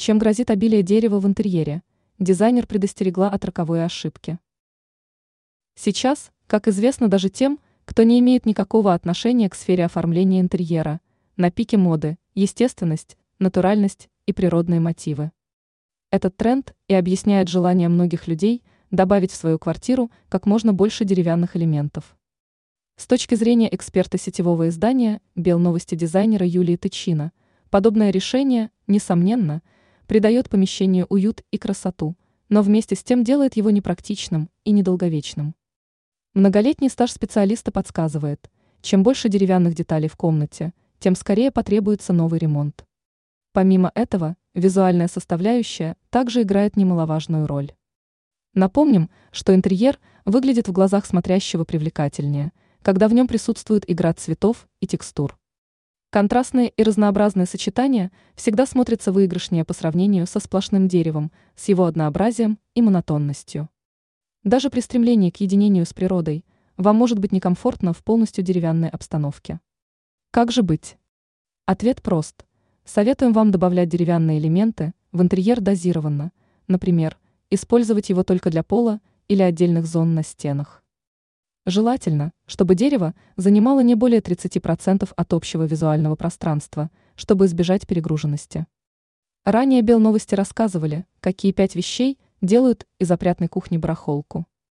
чем грозит обилие дерева в интерьере, дизайнер предостерегла от роковой ошибки. Сейчас, как известно даже тем, кто не имеет никакого отношения к сфере оформления интерьера, на пике моды естественность, натуральность и природные мотивы. Этот тренд и объясняет желание многих людей добавить в свою квартиру как можно больше деревянных элементов. С точки зрения эксперта сетевого издания «Белновости» дизайнера Юлии Тычина, подобное решение, несомненно, придает помещению уют и красоту, но вместе с тем делает его непрактичным и недолговечным. Многолетний стаж специалиста подсказывает, чем больше деревянных деталей в комнате, тем скорее потребуется новый ремонт. Помимо этого, визуальная составляющая также играет немаловажную роль. Напомним, что интерьер выглядит в глазах смотрящего привлекательнее, когда в нем присутствует игра цветов и текстур. Контрастные и разнообразные сочетания всегда смотрятся выигрышнее по сравнению со сплошным деревом, с его однообразием и монотонностью. Даже при стремлении к единению с природой вам может быть некомфортно в полностью деревянной обстановке. Как же быть? Ответ прост. Советуем вам добавлять деревянные элементы в интерьер дозированно, например, использовать его только для пола или отдельных зон на стенах. Желательно, чтобы дерево занимало не более 30% от общего визуального пространства, чтобы избежать перегруженности. Ранее Белновости рассказывали, какие 5 вещей делают из опрятной кухни барахолку.